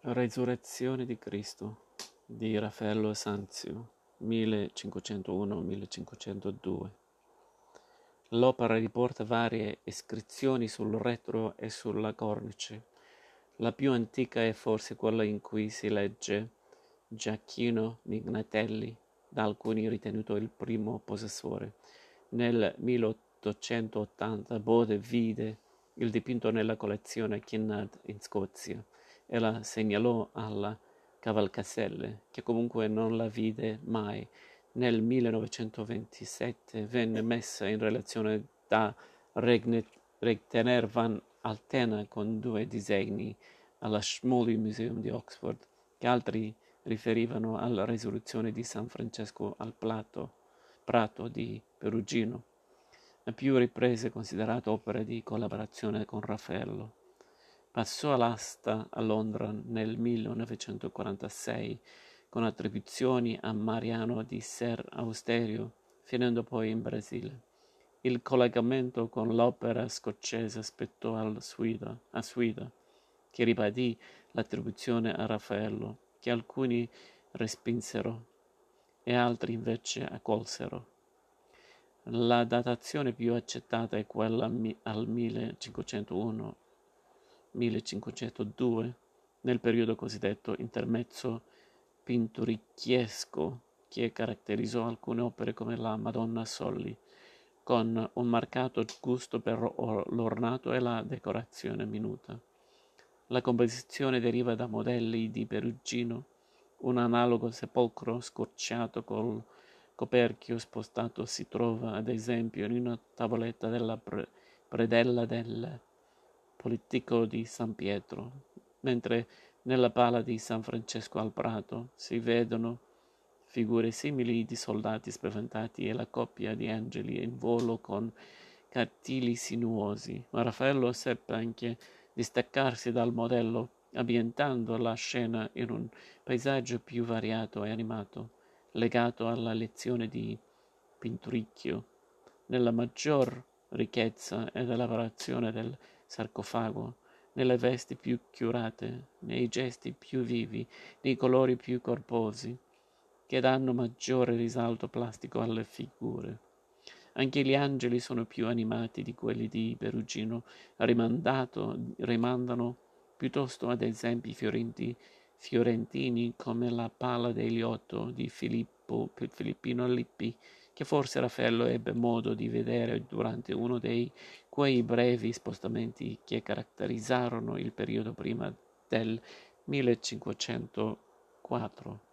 Resurrezione di Cristo di Raffaello Sanzio, 1501-1502. L'opera riporta varie iscrizioni sul retro e sulla cornice. La più antica è forse quella in cui si legge Giacchino Mignatelli, da alcuni ritenuto il primo possessore. Nel 1880 Bode vide il dipinto nella collezione Kinnard in Scozia e la segnalò alla Cavalcaselle, che comunque non la vide mai. Nel 1927 venne messa in relazione da Regtener van Altena con due disegni alla Schmolly Museum di Oxford, che altri riferivano alla risurrezione di San Francesco al Prato di Perugino, a più riprese considerato opera di collaborazione con Raffaello. Passò all'asta a Londra nel 1946 con attribuzioni a Mariano di Ser Austerio, finendo poi in Brasile. Il collegamento con l'opera scozzese spettò a Suida, che ribadì l'attribuzione a Raffaello, che alcuni respinsero e altri invece accolsero. La datazione più accettata è quella al 1501-1502, nel periodo cosiddetto intermezzo pitturicchiesco, che caratterizzò alcune opere come la Madonna Solli, con un marcato gusto per l'ornato e la decorazione minuta. La composizione deriva da modelli di Perugino, un analogo sepolcro scorciato col coperchio spostato si trova ad esempio in una tavoletta della predella del Polittico di San Pietro, mentre nella pala di San Francesco al Prato si vedono figure simili di soldati spaventati e la coppia di angeli in volo con cartili sinuosi. Ma Raffaello seppe anche distaccarsi dal modello, ambientando la scena in un paesaggio più variato e animato, legato alla lezione di Pinturicchio, nella maggior ricchezza e lavorazione del sarcofago, nelle vesti più curate, nei gesti più vivi, nei colori più corposi, che danno maggiore risalto plastico alle figure. Anche gli angeli sono più animati di quelli di Perugino, rimandano piuttosto ad esempi fiorentini come la Pala degli Otto di Filippino Lippi, che forse Raffaello ebbe modo di vedere durante uno dei quei brevi spostamenti che caratterizzarono il periodo prima del 1504.